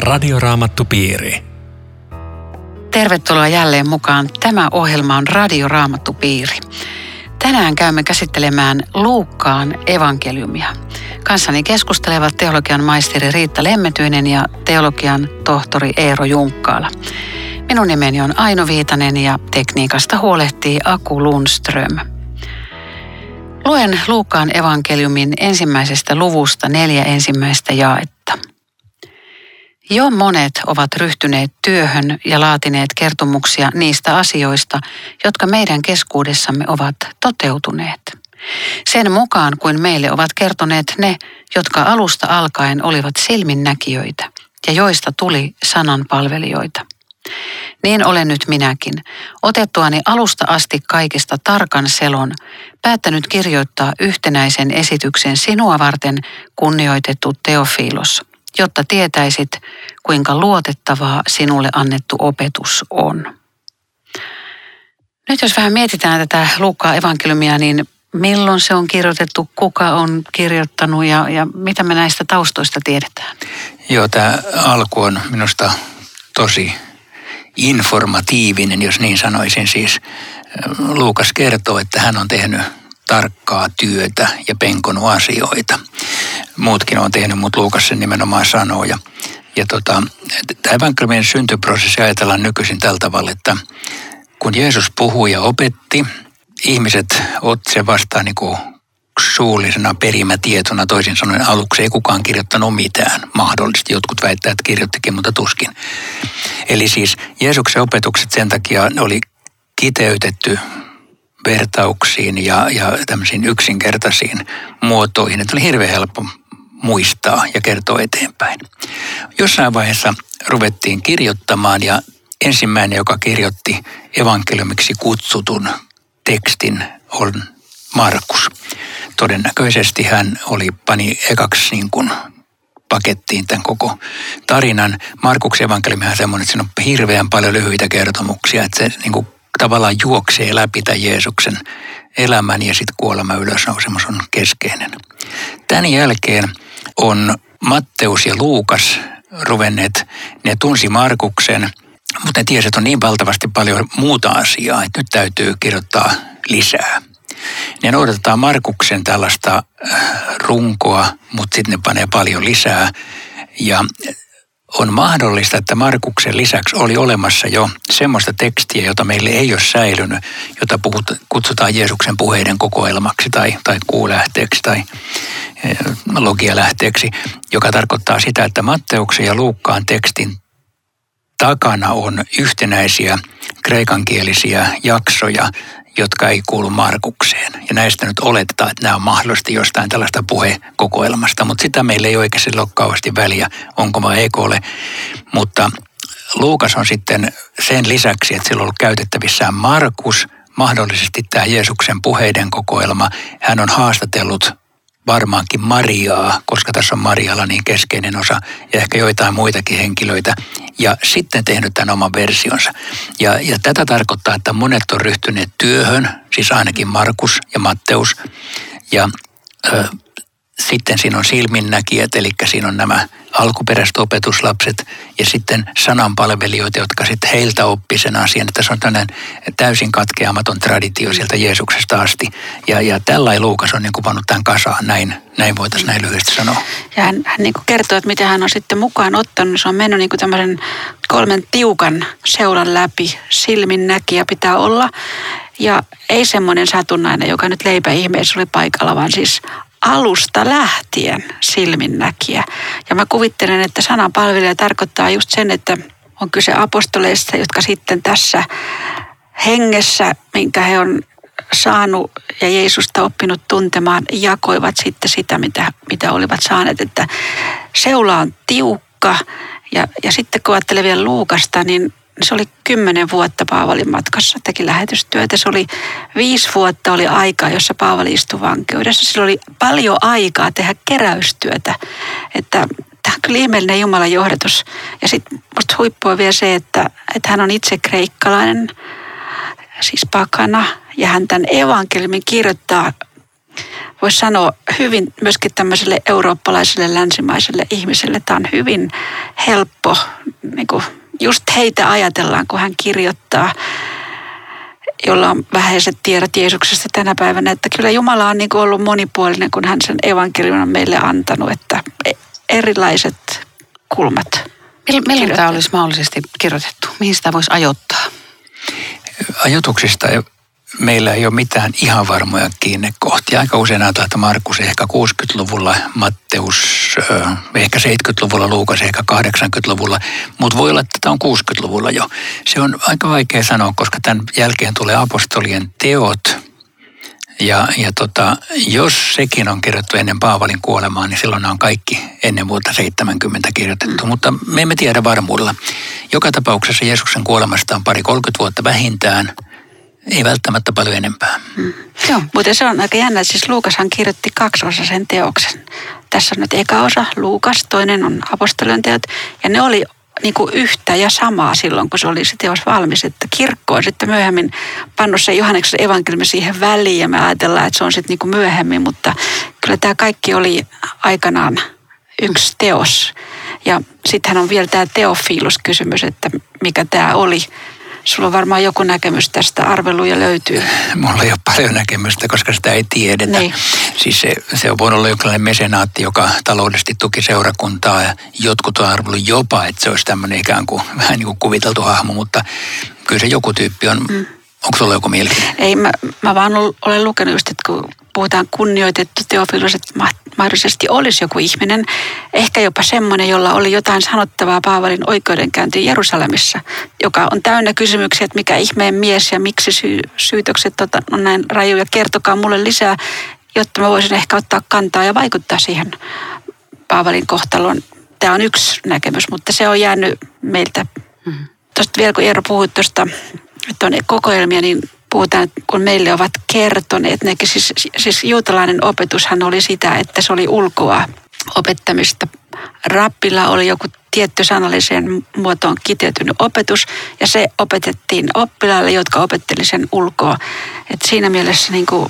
Radioraamattupiiri. Tervetuloa jälleen mukaan. Tämä ohjelma on Radioraamattupiiri. Tänään käymme käsittelemään Luukkaan evankeliumia. Kanssani keskustelevat teologian maisteri Riitta Lemmetyinen ja teologian tohtori Eero Junkkaala. Minun nimeni on Aino Viitanen ja tekniikasta huolehtii Aku Lundström. Luen Luukkaan evankeliumin ensimmäisestä luvusta 4 ensimmäistä jaetta. Jo monet ovat ryhtyneet työhön ja laatineet kertomuksia niistä asioista, jotka meidän keskuudessamme ovat toteutuneet. Sen mukaan kuin meille ovat kertoneet ne, jotka alusta alkaen olivat silminnäkijöitä ja joista tuli sananpalvelijoita. Niin olen nyt minäkin, otettuani alusta asti kaikesta tarkan selon, päättänyt kirjoittaa yhtenäisen esityksen sinua varten, kunnioitettu Teofilos, jotta tietäisit, kuinka luotettavaa sinulle annettu opetus on. Nyt jos vähän mietitään tätä Luukkaan evankeliumia, niin milloin se on kirjoitettu, kuka on kirjoittanut ja mitä me näistä taustoista tiedetään? Joo, tämä alku on minusta tosi informatiivinen, jos niin sanoisin. Siis Luukas kertoo, että hän on tehnyt tarkkaa työtä ja penkonut asioita. Muutkin on tehnyt, mutta Luukas sen nimenomaan sanoo. Tämä evankeliumin syntyprosessi ajatellaan nykyisin tällä tavalla, että kun Jeesus puhui ja opetti, ihmiset otti sen vastaan niin kuin suullisena perimätietona, toisin sanoen aluksi ei kukaan kirjoittanut mitään. Mahdollisesti jotkut väittävät, että kirjoittikin, mutta tuskin. Eli siis Jeesuksen opetukset sen takia oli kiteytetty vertauksiin ja tämmöisiin yksinkertaisiin muotoihin, että oli hirveän helppo muistaa ja kertoa eteenpäin. Jossain vaiheessa ruvettiin kirjoittamaan ja ensimmäinen, joka kirjoitti evankeliumiksi kutsutun tekstin, on Markus. Todennäköisesti hän pani ekaksi niin kuin pakettiin tämän koko tarinan. Markuksen evankeliumi on semmoinen, että siinä on hirveän paljon lyhyitä kertomuksia, että se niin kuin tavallaan juoksee läpi tämän Jeesuksen elämän ja sitten kuolema ylösnousemus on keskeinen. Tämän jälkeen on Matteus ja Luukas ruvenneet, ne tunsi Markuksen, mutta ne tiesi, että on niin valtavasti paljon muuta asiaa, että nyt täytyy kirjoittaa lisää. Ne noudatetaan Markuksen tällaista runkoa, mutta sitten ne panee paljon lisää. Ja on mahdollista, että Markuksen lisäksi oli olemassa jo semmoista tekstiä, jota meille ei ole säilynyt, jota kutsutaan Jeesuksen puheiden kokoelmaksi tai kuulähteeksi tai logialähteeksi, joka tarkoittaa sitä, että Matteuksen ja Luukkaan tekstin takana on yhtenäisiä kreikankielisiä jaksoja, jotka ei kuulu Markukseen. Ja näistä nyt oletetaan, että nämä on mahdollisesti jostain tällaista puhekokoelmasta, mutta sitä meillä ei oikeasti ole kauheasti väliä, onko vai eikö ole. Mutta Luukas on sitten sen lisäksi, että sillä on ollut käytettävissään Markus, mahdollisesti tämä Jeesuksen puheiden kokoelma. Hän on haastatellut varmaankin Mariaa, koska tässä on Marialla niin keskeinen osa ja ehkä joitain muitakin henkilöitä. Ja sitten tehnyt tämän oman versionsa. Ja tätä tarkoittaa, että monet on ryhtyneet työhön, siis ainakin Markus ja Matteus. Ja sitten siinä on silminnäkijät, eli siinä on nämä alkuperäiset opetuslapset ja sitten sananpalvelijoita, jotka sitten heiltä oppi sen asian. Että se on tämmöinen täysin katkeamaton traditio sieltä Jeesuksesta asti. Ja tällainen Luukas on niin kuin pannut tämän kasaan, näin voitaisiin näin lyhyesti sanoa. Ja hän niin kuin kertoo, että miten hän on sitten mukaan ottanut. Se on mennyt niin kuin tämmöisen 3 tiukan seulan läpi. Silminnäkijä pitää olla. Ja ei semmoinen satunnainen, joka nyt leipäihmeessä oli paikalla, vaan siis alusta lähtien silminnäkijä. Ja mä kuvittelen, että sananpalvelija tarkoittaa just sen, että on kyse apostoleista, jotka sitten tässä hengessä, minkä he on saanut ja Jeesusta oppinut tuntemaan, jakoivat sitten sitä, mitä olivat saaneet. Että seula on tiukka ja sitten kun ajattelee vielä Luukasta, niin se oli 10 vuotta Paavalin matkassa, teki lähetystyötä. Se oli 5 vuotta oli aikaa, jossa Paavali istui vankeudessa. Sillä oli paljon aikaa tehdä keräystyötä. Että tämä on kyllä ihmeellinen Jumalan johdatus. Ja sitten musta huippua vielä se, että hän on itse kreikkalainen, siis pakana. Ja hän tämän evankeliumin kirjoittaa voisi sanoa hyvin myöskin tämmöiselle eurooppalaiselle länsimaiselle ihmiselle. Tämä on hyvin helppo, niin kuin just heitä ajatellaan, kun hän kirjoittaa, jolla on vähäiset tiedot Jeesuksesta tänä päivänä, että kyllä Jumala on niin kuin ollut monipuolinen, kun hän sen evankeliumin on meille antanut, että erilaiset kulmat. Milloin tämä olisi mahdollisesti kirjoitettu? Mihin sitä voisi ajoittaa? Ajoituksista meillä ei ole mitään ihan varmoja kiinnekohtia. Aika usein ajatellaan, että Markus ehkä 60-luvulla, Matteus ehkä 70-luvulla, Luukas ehkä 80-luvulla, mutta voi olla, että tämä on 60-luvulla jo. Se on aika vaikea sanoa, koska tämän jälkeen tulee apostolien teot. Ja jos sekin on kirjoittu ennen Paavalin kuolemaa, niin silloin on kaikki ennen vuotta 70 kirjoitettu. Mutta me emme tiedä varmuudella. Joka tapauksessa Jeesuksen kuolemasta on 20-30 vuotta vähintään. Ei välttämättä paljon enempää. Joo, mutta se on aika jännä. Siis Luukashan kirjoitti 2-osaisen teoksen. Tässä on nyt eka osa Luukas, toinen on apostolien teot. Ja ne oli niin kuin yhtä ja samaa silloin, kun se oli se teos valmis. Että kirkko on sitten myöhemmin pannut se Johanneksen evankeliumi siihen väliin. Ja me ajatellaan, että se on sitten niin kuin myöhemmin. Mutta kyllä tämä kaikki oli aikanaan yksi teos. Ja sittenhän on vielä tämä Teofilus-kysymys, että mikä tämä oli. Sulla on varmaan joku näkemys tästä, arveluja löytyy. Mulla ei ole paljon näkemystä, koska sitä ei tiedetä. Niin. Siis se on voinut olla jonkinlainen mesenaatti, joka taloudellisesti tuki seurakuntaa ja jotkut on arvellut jopa, että se olisi tämmöinen ikään kuin vähän niin kuin kuviteltu hahmo, mutta kyllä se joku tyyppi on. Onko sulla joku mielipide? Ei, mä vaan olen lukenut just, että kun puhutaan kunnioitettu Teofilus, että mahdollisesti olisi joku ihminen, ehkä jopa semmoinen, jolla oli jotain sanottavaa Paavalin oikeudenkäyntiin Jerusalemissa, joka on täynnä kysymyksiä, että mikä ihmeen mies ja miksi syytökset on näin rajuja. Kertokaa mulle lisää, jotta mä voisin ehkä ottaa kantaa ja vaikuttaa siihen Paavalin kohtaloon. Tämä on yksi näkemys, mutta se on jäänyt meiltä. Tuosta vielä kun Eero puhui tuosta, että on kokoelmia, niin puhutaan, että kun meille ovat kertoneet, siis juutalainen opetushan oli sitä, että se oli ulkoa opettamista. Rappilla oli joku tietty sanalliseen muotoon kiteytynyt opetus, ja se opetettiin oppilaille, jotka opetteli sen ulkoa. Et siinä mielessä niin kuin,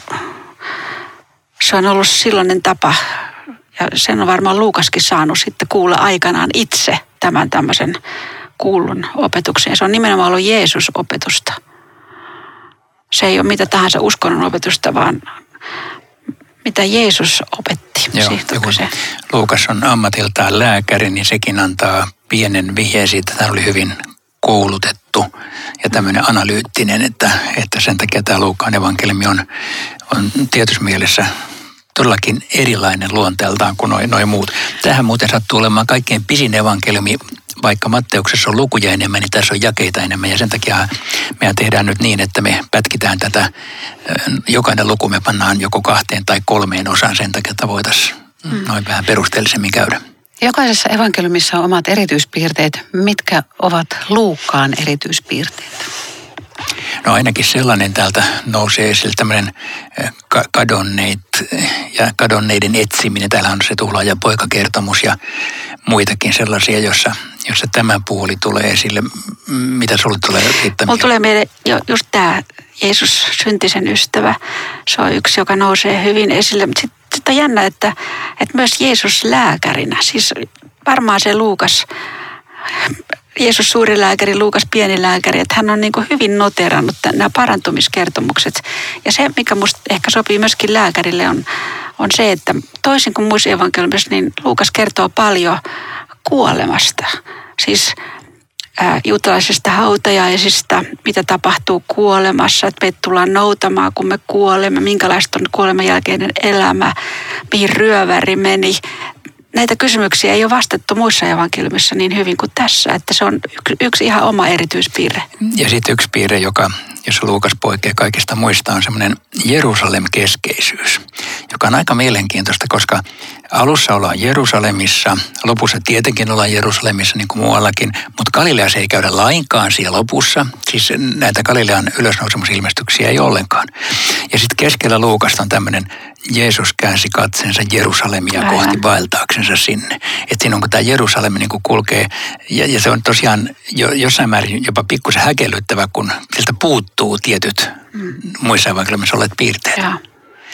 se on ollut silloinen tapa, ja sen on varmaan Luukaskin saanut sitten kuulla aikanaan itse tämän tämmöisen kuullun opetuksen. Se on nimenomaan ollut Jeesus-opetusta. Se ei ole mitä tahansa uskonnon opetusta, vaan mitä Jeesus opetti. Joo, Luukas on ammatiltaan lääkäri, niin sekin antaa pienen vihjeen siitä, että hän oli hyvin koulutettu ja tämmöinen analyyttinen, että sen takia tämä Luukkaan evankeliumi on tietyssä mielessä todellakin erilainen luonteeltaan kuin noi muut. Tähän muuten sattuu olemaan kaikkein pisin evankeliumi, vaikka Matteuksessa on lukuja enemmän, niin tässä on jakeita enemmän. Ja sen takia meidän tehdään nyt niin, että me pätkitään tätä, jokainen luku me pannaan joko 2 tai 3 osaan sen takia, että voitaisiin noin vähän perusteellisemmin käydä. Jokaisessa evankeliumissa on omat erityispiirteet. Mitkä ovat Luukkaan erityispiirteet? No ainakin sellainen täältä nousee esille tämmöinen kadonneiden etsiminen. Täällä on se tuhlaajan poikakertomus ja muitakin sellaisia, jossa tämä puoli tulee esille. Mitä sulle tulee riittämiä? Mulla tulee meille just tämä Jeesus syntisen ystävä. Se on yksi, joka nousee hyvin esille. Mutta sitten on jännä, että myös Jeesus lääkärinä. Siis varmaan se Luukas, Jeesus suuri lääkäri, Luukas pieni lääkäri, että hän on niin kuin hyvin noterannut nämä parantumiskertomukset. Ja se, mikä musta ehkä sopii myöskin lääkärille, on se, että toisin kuin muissa evankeliumissa, niin Luukas kertoo paljon kuolemasta. Siis juutalaisista hautajaisista, mitä tapahtuu kuolemassa, että meitä tullaan noutamaan, kun me kuolemme, minkälaista on kuoleman jälkeinen elämä, mihin ryöväri meni. Näitä kysymyksiä ei ole vastattu muissa evankeliumissa niin hyvin kuin tässä, että se on yksi ihan oma erityispiirre. Ja sitten yksi piirre, jossa Luukas poikkeaa kaikista muista, on semmoinen Jerusalem-keskeisyys, joka on aika mielenkiintoista, koska alussa ollaan Jerusalemissa, lopussa tietenkin ollaan Jerusalemissa niin kuin muuallakin, mutta Galileassa ei käydä lainkaan siellä lopussa. Siis näitä Galilean ylösnousemusilmestyksiä ei ollenkaan. Ja sitten keskellä Luukasta on tämmöinen Jeesus käänsi katseensa Jerusalemia kohti vaeltaaksensa sinne. Että siinä on kun tämä Jerusalem niin kuin kulkee, ja se on tosiaan jossain määrin jopa pikkusen häkellyttävä, kun siltä puuttuu tietyt muissa evankeliumissa olleet piirteet. Ja.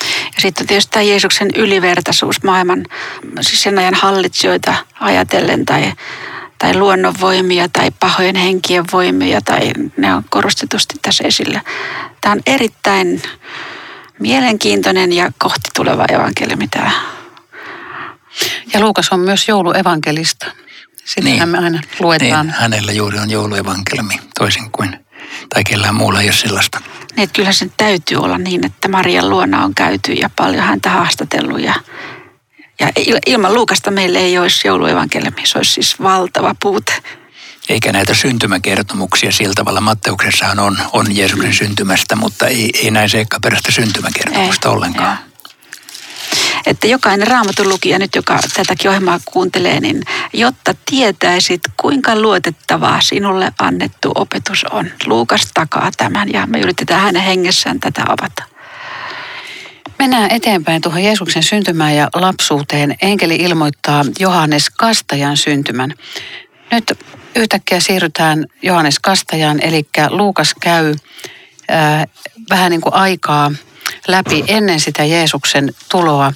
Ja sitten tietysti tämä Jeesuksen ylivertaisuus maailman, siis sen ajan hallitsijoita ajatellen tai luonnonvoimia tai pahojen henkien voimia tai ne on korostetusti tässä esillä. Tämä on erittäin mielenkiintoinen ja kohti tuleva evankeliumi tämä. Ja Luukas on myös jouluevankelista. Sitähän me aina luetaan. Niin, hänellä juuri on jouluevankeliumi toisin kuin, tai kellään muulla ei ole sellaista. Niin, että kyllä sen täytyy olla niin, että Marian luona on käyty ja paljon häntä haastatellut. Ja ilman Luukasta meillä ei olisi jouluevankeliumi. Se olisi siis valtava puute. Eikä näitä syntymäkertomuksia sillä tavalla. Matteuksessahan on Jeesuksen syntymästä, mutta ei näin seikkaperäistä syntymäkertomusta ollenkaan. Joo. Että jokainen Raamatun lukija nyt, joka tätäkin ohjelmaa kuuntelee, niin jotta tietäisit, kuinka luotettavaa sinulle annettu opetus on. Luukas takaa tämän ja me yritetään hänen hengessään tätä avata. Mennään eteenpäin tuohon Jeesuksen syntymään ja lapsuuteen. Enkeli ilmoittaa Johannes Kastajan syntymän. Nyt yhtäkkiä siirrytään Johannes Kastajaan, eli Luukas käy vähän niin kuin aikaa läpi ennen sitä Jeesuksen tuloa.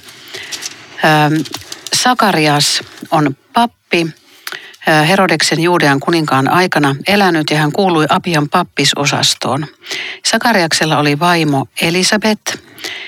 Sakarias on pappi, Herodeksen Juudean kuninkaan aikana elänyt ja hän kuului Abian pappisosastoon. Sakariaksella oli vaimo Elisabet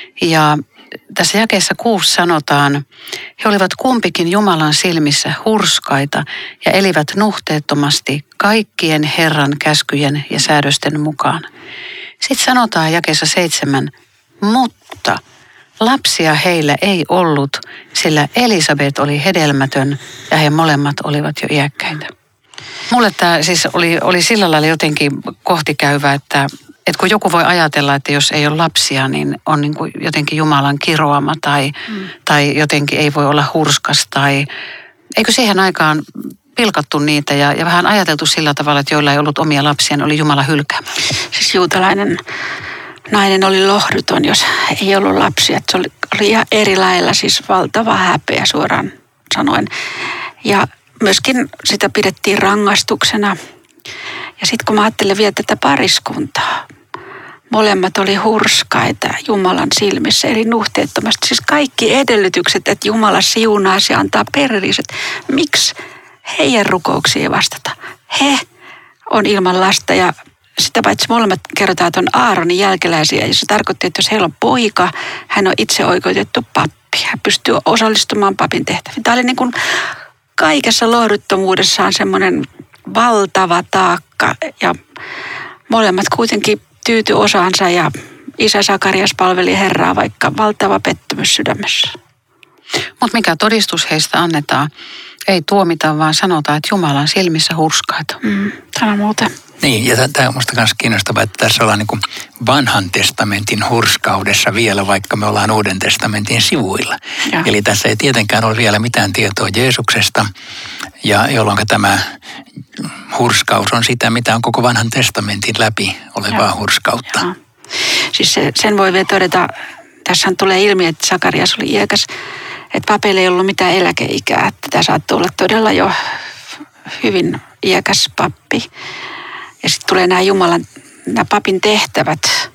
ja tässä jakeessa 6 sanotaan, he olivat kumpikin Jumalan silmissä hurskaita ja elivät nuhteettomasti kaikkien Herran käskyjen ja säädösten mukaan. Sitten sanotaan jakeessa 7, mutta lapsia heillä ei ollut, sillä Elisabet oli hedelmätön ja he molemmat olivat jo iäkkäitä. Mulle tämä siis oli sillä lailla jotenkin kohtikäyvä, että kun joku voi ajatella, että jos ei ole lapsia, niin on niin kuin jotenkin Jumalan kiroama tai jotenkin ei voi olla hurskas tai eikö siihen aikaan pilkattu niitä ja vähän ajateltu sillä tavalla, että joilla ei ollut omia lapsia, niin oli Jumala hylkäämä. Siis juutalainen nainen oli lohduton, jos ei ollut lapsia. Että se oli ihan eri lailla, siis valtava häpeä suoraan sanoen. Ja myöskin sitä pidettiin rangaistuksena. Ja sitten kun mä ajattelen vielä tätä pariskuntaa, molemmat oli hurskaita Jumalan silmissä, eli nuhteettomasti. Siis kaikki edellytykset, että Jumala siunaisi ja antaa perheelliset. Miksi heidän rukouksiin ei vastata? He on ilman lasta ja sitä paitsi molemmat kerrotaan, että on Aaronin jälkeläisiä. Ja se tarkoitti, että jos heillä on poika, hän on itse oikeutettu pappi. Hän pystyy osallistumaan papin tehtäviin. Tämä oli niin kuin kaikessa lohduttomuudessaan semmoinen valtava taakka ja molemmat kuitenkin tyytyi osaansa ja isä Sakarias palveli Herraa, vaikka valtava pettymys sydämessä. Mutta mikä todistus heistä annetaan? Ei tuomita, vaan sanotaan, että Jumalan silmissä hurskaita. Tämä muuten. Niin, ja tämä on minusta myös kiinnostavaa, että tässä ollaan niin kuin vanhan testamentin hurskaudessa vielä, vaikka me ollaan Uuden testamentin sivuilla. Ja. Eli tässä ei tietenkään ole vielä mitään tietoa Jeesuksesta, ja jolloin tämä hurskaus on sitä, mitä on koko vanhan testamentin läpi olevaa hurskautta. Ja. Siis sen voi vielä todeta, tässä tulee ilmi, että Sakarias oli iäkäs, että papeilla ei ollut mitään eläkeikää, että tämä saattoi olla todella jo hyvin iäkäs pappi. Ja sitten tulee nämä papin tehtävät.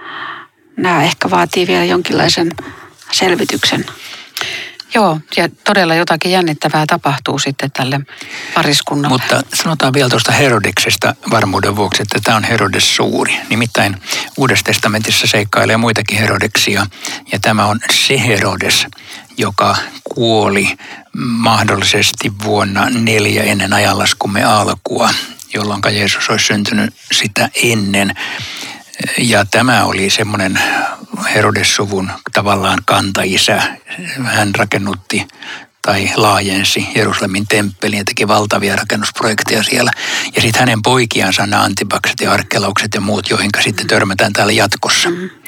Nämä ehkä vaatii vielä jonkinlaisen selvityksen. Joo, ja todella jotakin jännittävää tapahtuu sitten tälle pariskunnalle. Mutta sanotaan vielä tuosta Herodeksesta varmuuden vuoksi, että tämä on Herodes suuri. Nimittäin Uudessa testamentissa seikkailee muitakin Herodeksia, ja tämä on se Herodes, joka kuoli mahdollisesti vuonna 4 ennen ajanlaskumme alkua, jolloin Jeesus olisi syntynyt sitä ennen. Ja tämä oli semmoinen Herodes-suvun tavallaan kantaisä. Hän rakennutti tai laajensi Jerusalemin temppelin ja teki valtavia rakennusprojekteja siellä. Ja sitten hänen poikiansa, nämä Antipakset ja Arkelaukset ja muut, joihin sitten törmätään täällä jatkossa.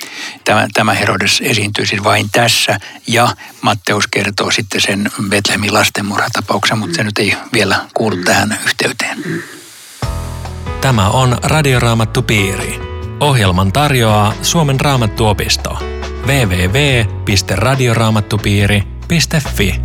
Tämä Herodes esiintyy siis vain tässä ja Matteus kertoo sitten sen Betlehemin lastenmurhatapauksen, mutta se nyt ei vielä kuulu tähän yhteyteen. Tämä on Radioraamattupiiri. Ohjelman tarjoaa Suomen Raamattuopisto. www.radioraamattupiiri.fi.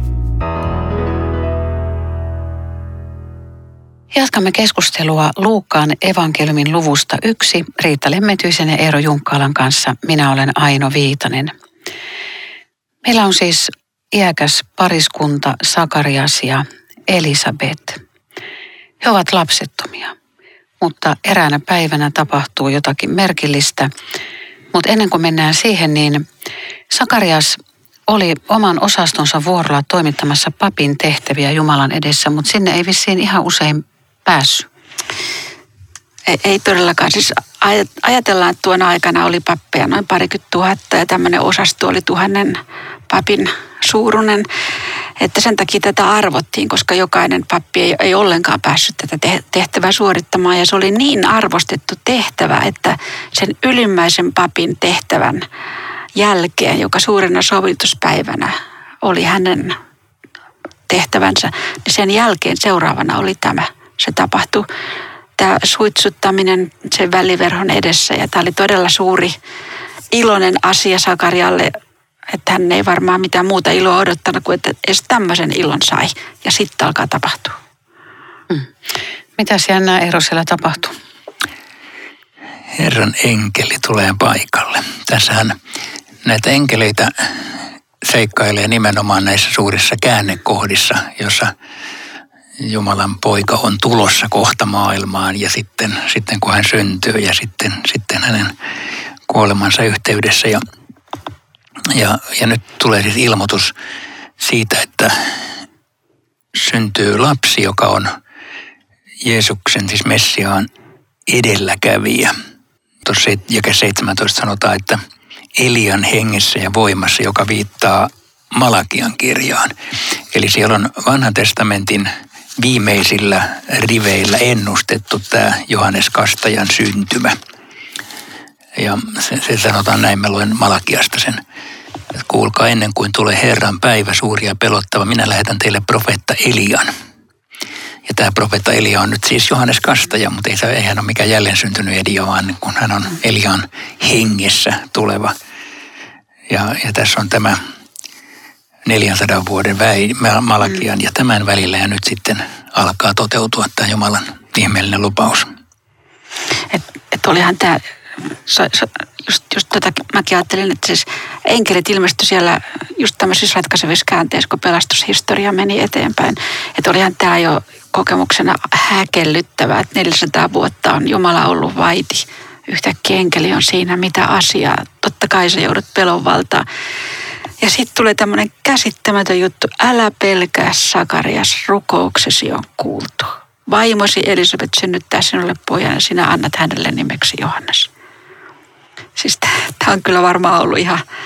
Jatkamme keskustelua Luukkaan evankeliumin luvusta 1 Riitta Lemmetyisen ja Eero Junkkaalan kanssa. Minä olen Aino Viitanen. Meillä on siis iäkäs pariskunta Sakarias ja Elisabet. He ovat lapsettomia, mutta eräänä päivänä tapahtuu jotakin merkillistä. Mutta ennen kuin mennään siihen, niin Sakarias oli oman osastonsa vuorolla toimittamassa papin tehtäviä Jumalan edessä, mutta sinne ei vissiin ihan usein päässyt. Ei todellakaan. Siis ajatellaan, että tuona aikana oli pappeja noin 20 000 ja tämmöinen osasto oli 1000 papin suuruinen. Että sen takia tätä arvottiin, koska jokainen pappi ei ollenkaan päässyt tätä tehtävää suorittamaan. Ja se oli niin arvostettu tehtävä, että sen ylimmäisen papin tehtävän jälkeen, joka suurena sovituspäivänä oli hänen tehtävänsä, niin sen jälkeen seuraavana oli tämä. Se tapahtui, tämä suitsuttaminen sen väliverhon edessä, ja tämä oli todella suuri iloinen asia Sakarialle, että hän ei varmaan mitään muuta iloa odottanut kuin että edes tämmöisen ilon sai, ja sitten alkaa tapahtua. Mitäs jännää Eero siellä tapahtuu? Herran enkeli tulee paikalle. Tässähän näitä enkeleitä seikkailee nimenomaan näissä suurissa käännekohdissa, jossa Jumalan poika on tulossa kohta maailmaan ja sitten kun hän syntyy ja sitten hänen kuolemansa yhteydessä. Ja nyt tulee siis ilmoitus siitä, että syntyy lapsi, joka on Jeesuksen, siis Messiaan edelläkävijä. Tuossa jake 17 sanotaan, että Elian hengessä ja voimassa, joka viittaa Malakian kirjaan. Eli siellä on Vanhan testamentin viimeisillä riveillä ennustettu tämä Johannes Kastajan syntymä. Ja se sanotaan näin, mä luen Malakiasta sen. Kuulkaa, ennen kuin tulee Herran päivä suuri ja pelottava, minä lähetän teille profeetta Elian. Ja tämä profeetta Elia on nyt siis Johannes Kastaja, mutta ei hän ole mikään jälleen syntynyt Elia, vaan kun hän on Elian hengessä tuleva. Ja tässä on tämä 400 vuoden Malakian ja tämän välillä ja nyt sitten alkaa toteutua tämä Jumalan ihmeellinen lupaus. Et olihan tämä, just tätä mäkin ajattelin, että siis enkelit ilmestyi siellä just tämmöisissä ratkaisevissa käänteissä, kun pelastushistoria meni eteenpäin. Että olihan tämä jo kokemuksena häkellyttävää, että 400 vuotta on Jumala ollut vaiti. Yhtäkkiä enkeli on siinä, mitä asiaa. Totta kai sä joudut pelon valtaan. Ja sitten tulee tämmöinen käsittämätön juttu. Älä pelkää, Sakarias, rukouksesi on kuultu. Vaimosi Elisabet synnyttää sinulle pojan ja sinä annat hänelle nimeksi Johannes. Siis tämä on kyllä varmaan ollut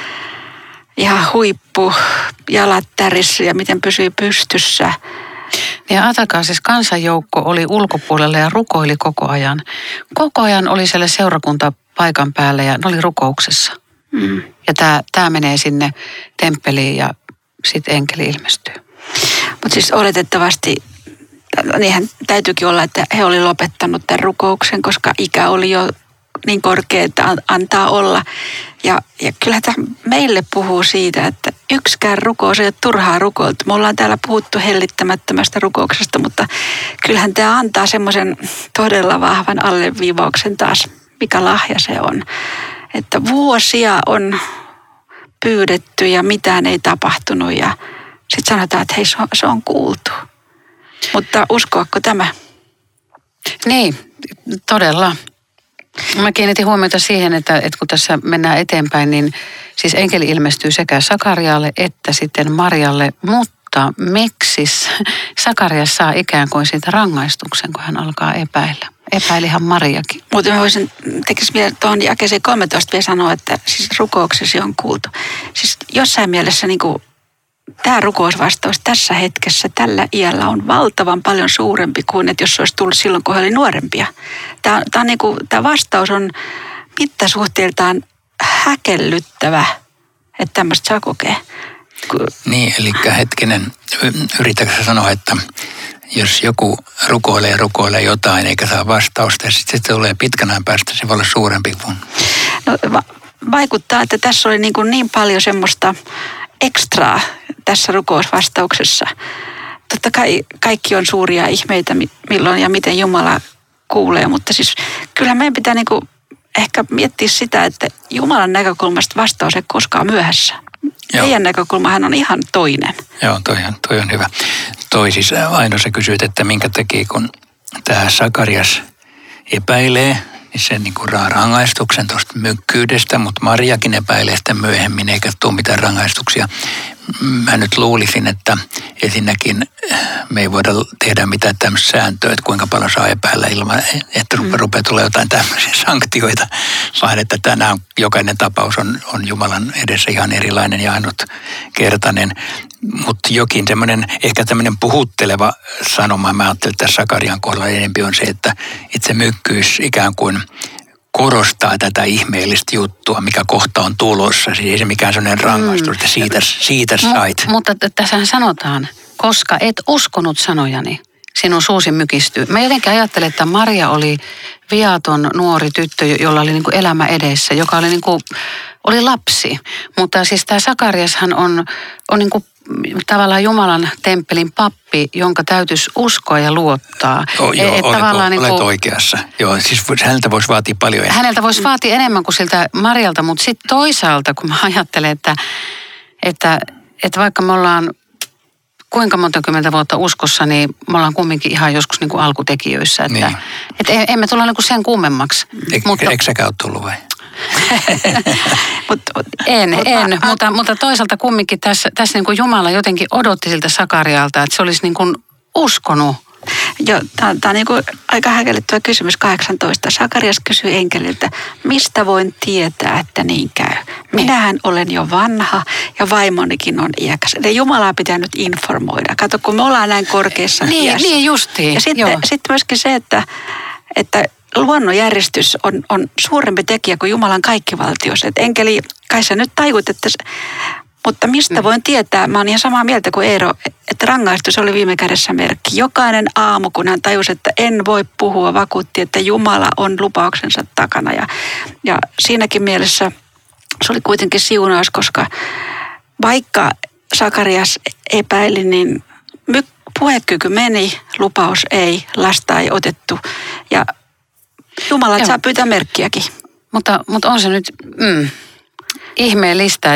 ihan huippu, jalat tärissä ja miten pysyy pystyssä. Ja ajatelkaa, siis kansanjoukko oli ulkopuolella ja rukoili koko ajan. Koko ajan oli siellä seurakunta paikan päällä ja ne oli rukouksessa. Ja tämä menee sinne temppeliin ja sitten enkeli ilmestyy. Mutta siis oletettavasti, niinhän täytyykin olla, että he oli lopettanut tämän rukouksen, koska ikä oli jo niin korkea, että antaa olla. Ja kyllä tämä meille puhuu siitä, että yksikään rukous ei ole turhaa rukoiltu. Me ollaan täällä puhuttu hellittämättömästä rukouksesta, mutta kyllähän tämä antaa semmoisen todella vahvan alleviivauksen taas, mikä lahja se on. Että vuosia on pyydetty ja mitään ei tapahtunut ja sitten sanotaan, että hei, se on kuultu. Mutta uskoako tämä? Niin, todella. Mä kiinnitin huomiota siihen, että kun tässä mennään eteenpäin, niin siis enkeli ilmestyy sekä Sakarialle että sitten Marjalle, mutta miksi Sakarias saa ikään kuin siitä rangaistuksen, kun hän alkaa epäillä? Epäilihän Mariakin. Mutta mä tekisi vielä tuohon jakeeseen 13 vielä sanoa, että siis rukouksesi on kuultu. Siis jossain mielessä niin kuin tämä rukousvastaus tässä hetkessä, tällä iällä on valtavan paljon suurempi kuin, että jos se olisi tullut silloin, kun he oli nuorempia. Tämä vastaus on mittasuhteiltaan häkellyttävä, että tämmöistä saa kokea. Niin, eli hetkinen, yritätkö sanoa, että jos joku rukoilee jotain eikä saa vastausta ja sitten se tulee pitkän ajan päästä, se voi olla suurempi kuin... No, vaikuttaa, että tässä oli niin paljon semmoista ekstraa tässä rukousvastauksessa. Totta kai kaikki on suuria ihmeitä, milloin ja miten Jumala kuulee, mutta siis kyllä meidän pitää ehkä miettiä sitä, että Jumalan näkökulmasta vastaus ei koskaan myöhässä. Meidän näkökulma hän on ihan toinen. Joo, toi on hyvä. Toi siis Aino, sä kysyit, että minkä takia kun tämä Sakarias epäilee, niin sen niin kuin rangaistuksen tuosta mykkyydestä, mutta Mariakin epäilee sitä myöhemmin, eikä tule mitään rangaistuksia. Mä nyt luulisin, että ensinnäkin me ei voida tehdä mitään tämmöistä sääntöä, että kuinka paljon saa epäillä ilman, että rupeaa tulemaan jotain tämmöisiä sanktioita, vaan että tänään jokainen tapaus on Jumalan edessä ihan erilainen ja ainutkertainen. Mutta jokin semmoinen, ehkä tämmöinen puhutteleva sanoma, mä ajattelin, että Sakarian kohdalla enemmän on se, että itse mykkyys ikään kuin korostaa tätä ihmeellistä juttua, mikä kohta on tulossa. Siis ei se mikään sellainen rangaistus, että siitä sait. Mutta tässä sanotaan, koska et uskonut sanojani, sinun suusi mykistyy. Mä jotenkin ajattelen, että Maria oli viaton nuori tyttö, jolla oli niin kuin elämä edessä, joka oli, niin kuin, oli lapsi. Mutta siis tämä Sakariashan on niin kuin tavallaan Jumalan temppelin pappi, jonka täytyisi uskoa ja luottaa. Olet oikeassa. Joo, siis häneltä voisi vaatia paljon enemmän. Häneltä voisi vaatia enemmän kuin siltä Marialta, mutta sitten toisaalta, kun mä ajattelen, että vaikka me ollaan kuinka monta kymmentä vuotta uskossa, niin me ollaan kumminkin ihan joskus niin kuin alkutekijöissä. Että, niin. että emme tulla niin kuin sen kummemmaksi. Eikö säkään ole tullut vai? Mutta toisaalta kumminkin tässä niin kuin Jumala jotenkin odotti siltä Sakarialta, että se olisi niin kuin uskonut. Joo, tämä on niin kuin aika häkellyttävä kysymys 18. Sakarias kysyi enkeliltä, mistä voin tietää, että niin käy? Minähän olen jo vanha ja vaimonikin on iäkäs. Eli Jumalaa pitää nyt informoida. Kato, kun me ollaan näin korkeassa iässä. Niin justiin. Ja sitten myöskin se, että luonnonjärjestys on suurempi tekijä kuin Jumalan kaikkivaltius. Et enkeli, kai sä nyt tajuit, mutta mistä voin tietää? Mä oon ihan samaa mieltä kuin Eero, että rangaistus oli viime kädessä merkki. Jokainen aamu, kun hän tajusi, että en voi puhua, vakuutti, että Jumala on lupauksensa takana. Ja siinäkin mielessä se oli kuitenkin siunaus, koska vaikka Sakarias epäili, niin puhekyky meni, lupaus ei, lasta ei otettu. Ja Jumala saa pyytää merkkiäkin. Mutta on se nyt ihmeellistä,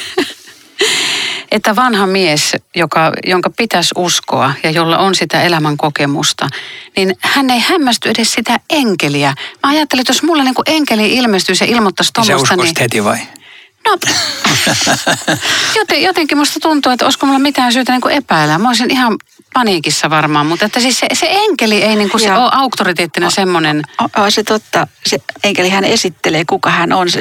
että vanha mies, jonka pitäisi uskoa ja jolla on sitä elämän kokemusta, niin hän ei hämmästy edes sitä enkeliä. Mä ajattelin, että jos mulle niin kuin enkeli ilmestyisi ja ilmoittaisi tuommoista, niin... Sä heti vai? No, jotenkin musta tuntuu, että olisiko mulla mitään syytä niin kuin epäillä. Mä olisin ihan paniikissa varmaan, mutta että siis se enkeli ei niin kuin se ole auktoriteettina semmoinen. On se totta. Se enkelihän esittelee, kuka hän on.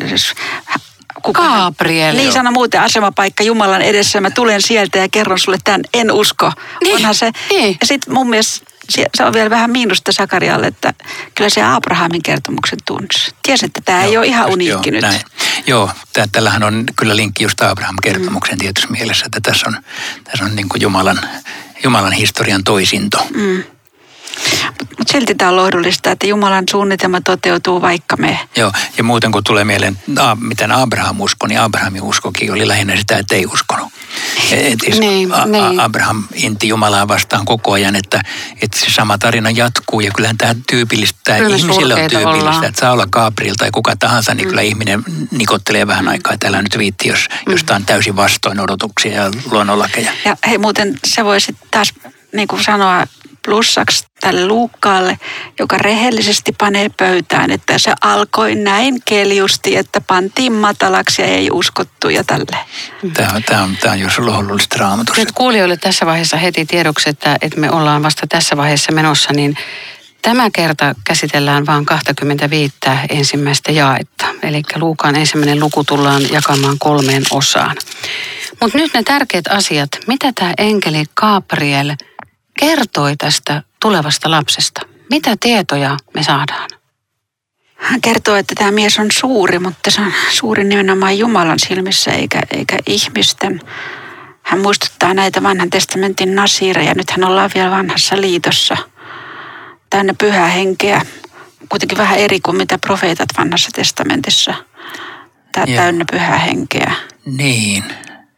Gabriel. Niin sano muuten asemapaikka Jumalan edessä. Mä tulen sieltä ja kerron sulle tämän, en usko. Niin, onhan se. Niin. Ja sitten mun mielestä se on vielä vähän miinusta Sakarialle, että kyllä se Abrahamin kertomuksen tunsi. Tiesin, että tämä ei ole ihan uniikki nyt. Näin. Joo, tällähän on kyllä linkki just Abraham-kertomuksen tietyssä mielessä, että tässä on niin kuin Jumalan historian toisinto. Mutta silti tämä on lohdullista, että Jumalan suunnitelma toteutuu vaikka me. Joo, ja muuten kun tulee mieleen, miten Abraham uskoi, niin Abrahamin uskokin oli lähinnä sitä, että ei uskonut. Abraham inti Jumalaa vastaan koko ajan, että se sama tarina jatkuu. Ja kyllähän tämä tyypillistä, ihmisille on tyypillistä, että saa olla Gabriel tai kuka tahansa, niin kyllä ihminen nikottelee vähän aikaa. Täällä nyt viitti, jos tämä on täysin vastoin odotuksia ja luonnonlakeja. Ja hei, muuten se voisi taas niin kuin sanoa plussaksi tälle Luukkaalle, joka rehellisesti panee pöytään, että se alkoi näin keljusti, että pantiin matalaksi ja ei uskottu ja tälleen. Tämä on jos lohdullista Raamatusta. Nyt kuulijoille tässä vaiheessa heti tiedoksi, että me ollaan vasta tässä vaiheessa menossa, niin tämä kerta käsitellään vain 25 ensimmäistä jaetta. Eli Luukaan ensimmäinen luku tullaan jakamaan 3 osaan. Mutta nyt ne tärkeät asiat, mitä tämä enkeli Gabriel kertoi tästä tulevasta lapsesta? Mitä tietoja me saadaan? Hän kertoo, että tämä mies on suuri, mutta se on suuri nimenomaan Jumalan silmissä eikä ihmisten. Hän muistuttaa näitä vanhan testamentin nasiireja. Nythän ollaan vielä vanhassa liitossa. Täynnä pyhää henkeä. Kuitenkin vähän eri kuin mitä profeetat vanhassa testamentissa. Tämä täynnä pyhää henkeä. Niin.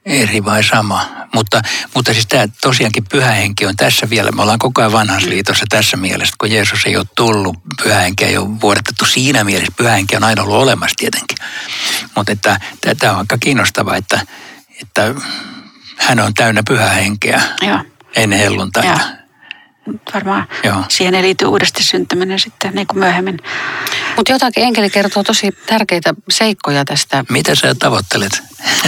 eri vai sama. Mutta siis tämä tosiaankin pyhä henki on tässä vielä. Me ollaan koko ajan vanhassa liitossa tässä mielessä, kun Jeesus ei ole tullut, pyhä henkeä ei ole vuodatettu siinä mielessä. Pyhä henki on aina ollut olemassa tietenkin. Mutta tämä on aika kiinnostavaa, että hän on täynnä pyhää henkeä ennen helluntaita. Joo. Varmaan siihen ei liity uudesti syntyminen sitten niin kuin myöhemmin. Mutta jotakin enkeli kertoo tosi tärkeitä seikkoja tästä. Mitä sä tavoittelet?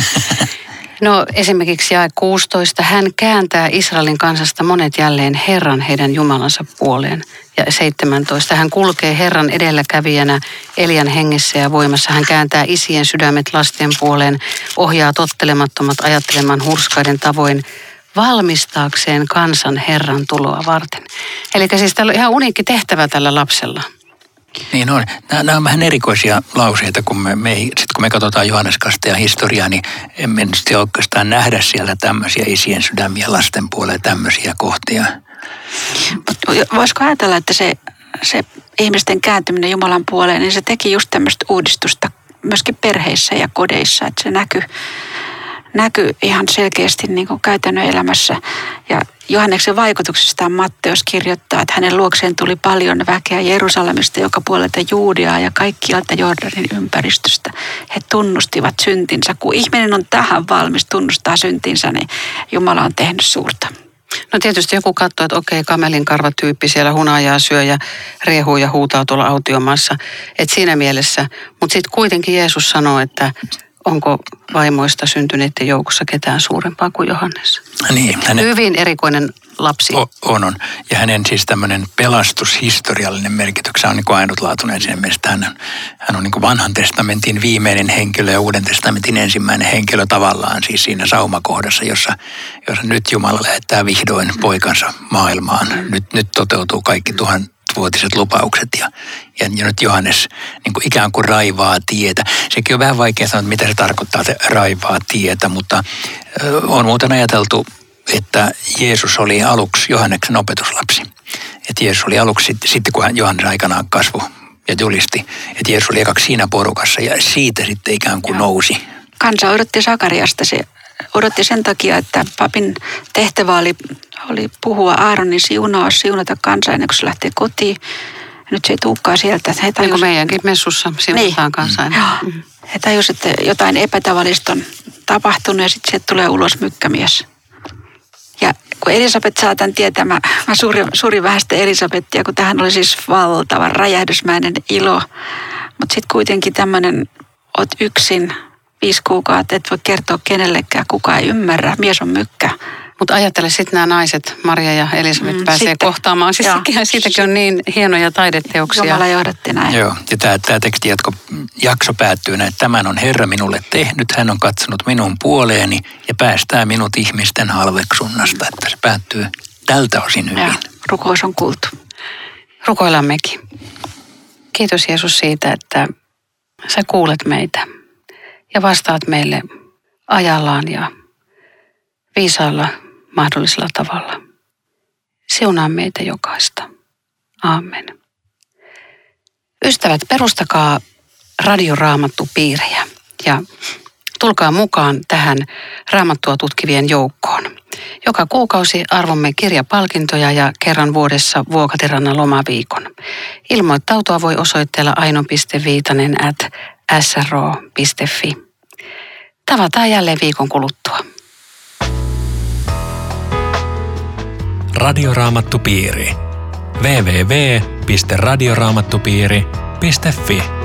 No esimerkiksi jae 16. Hän kääntää Israelin kansasta monet jälleen Herran heidän Jumalansa puoleen. Ja 17. Hän kulkee Herran edelläkävijänä Elian hengessä ja voimassa. Hän kääntää isien sydämet lasten puoleen, ohjaa tottelemattomat ajattelemaan hurskaiden tavoin, valmistaakseen kansan Herran tuloa varten. Eli siis täällä on ihan uniikki tehtävä tällä lapsella. Niin on. Nämä on vähän erikoisia lauseita, kun me katsotaan Johannes Kastajan historiaa, niin emme sitten oikeastaan nähdä siellä tämmöisiä isien sydämiä lasten puolella tämmöisiä kohtia. Voisiko ajatella, että se ihmisten kääntyminen Jumalan puoleen, niin se teki just tämmöistä uudistusta myöskin perheissä ja kodeissa, että se näkyy ihan selkeästi niin kuin käytännön elämässä. Ja Johanneksen vaikutuksestaan Matteus kirjoittaa, että hänen luokseen tuli paljon väkeä Jerusalemista joka puolelta Juudeaa ja kaikkialta Jordanin ympäristöstä. He tunnustivat syntinsä. Kun ihminen on tähän valmis tunnustaa syntinsä, niin Jumala on tehnyt suurta. No tietysti joku katsoo, että okei, kamelin karvatyyppi siellä hunajaa syö ja riehuu ja huutaa tuolla autiomaassa. Että siinä mielessä, mutta sitten kuitenkin Jeesus sanoo, että onko vaimoista syntyneiden joukossa ketään suurempaa kuin Johannes? Niin, hyvin erikoinen lapsi. On. Ja hänen siis tämmöinen pelastushistoriallinen merkityksensä on niin kuin ainutlaatuinen siinä mielessä. Hän on niin kuin vanhan testamentin viimeinen henkilö ja uuden testamentin ensimmäinen henkilö tavallaan siis siinä saumakohdassa, jossa nyt Jumala lähettää vihdoin poikansa maailmaan. Nyt toteutuu kaikki vuotiset lupaukset ja nyt Johannes niin kuin ikään kuin raivaa tietä. Sekin on vähän vaikea sanoa, mitä se tarkoittaa, se raivaa tietä, mutta on muuten ajateltu, että Jeesus oli aluksi Johanneksen opetuslapsi. Että Jeesus oli aluksi sitten, kun hän Johannes aikanaan kasvoi ja julisti, että Jeesus oli ekaksi siinä porukassa ja siitä sitten ikään kuin nousi. Kansa odotti Sakariasta, se odotti sen takia, että papin tehtävä oli puhua Aaronin siunata kansaa ennen kuin se lähtee kotiin. Nyt se ei tulekaan sieltä. Niin kuin meidänkin messussa siunataan kansaa. He tajusivat, että jotain epätavallista on tapahtunut ja sitten sieltä tulee ulos mykkämies. Ja kun Elisabet saa tämän tietämään, mä surin vähän sitä Elisabettia, kun tähän oli siis valtava räjähdysmäinen ilo. Mutta sitten kuitenkin tämmöinen, oot yksin 5 kuukautta, et voi kertoa kenellekään, kukaan ei ymmärrä, mies on mykkä. Mutta ajattele sitten nämä naiset, Maria ja Elisabet pääsee sitten kohtaamaan. Siis siitäkin on niin hienoja taideteoksia. Jumala johdatti näin. Joo, ja tämä tekstijakso päättyy näin, että tämän on Herra minulle tehnyt, hän on katsonut minun puoleeni ja päästää minut ihmisten halveksunnasta. Että se päättyy tältä osin hyvin. Ja rukous on kuultu. Rukoillaan mekin. Kiitos Jeesus siitä, että sä kuulet meitä ja vastaat meille ajallaan ja viisaalla mahdollisella tavalla. Siunaa meitä jokaista. Aamen. Ystävät, perustakaa Radioraamattupiirejä ja tulkaa mukaan tähän raamattua tutkivien joukkoon. Joka kuukausi arvomme kirjapalkintoja ja kerran vuodessa Vuokatirannan lomaviikon. Ilmoittautua voi osoitteella aino.viitanen@sro.fi. Tavataan jälleen viikon kuluttua. Radioraamattupiiri. www.radioraamattupiiri.fi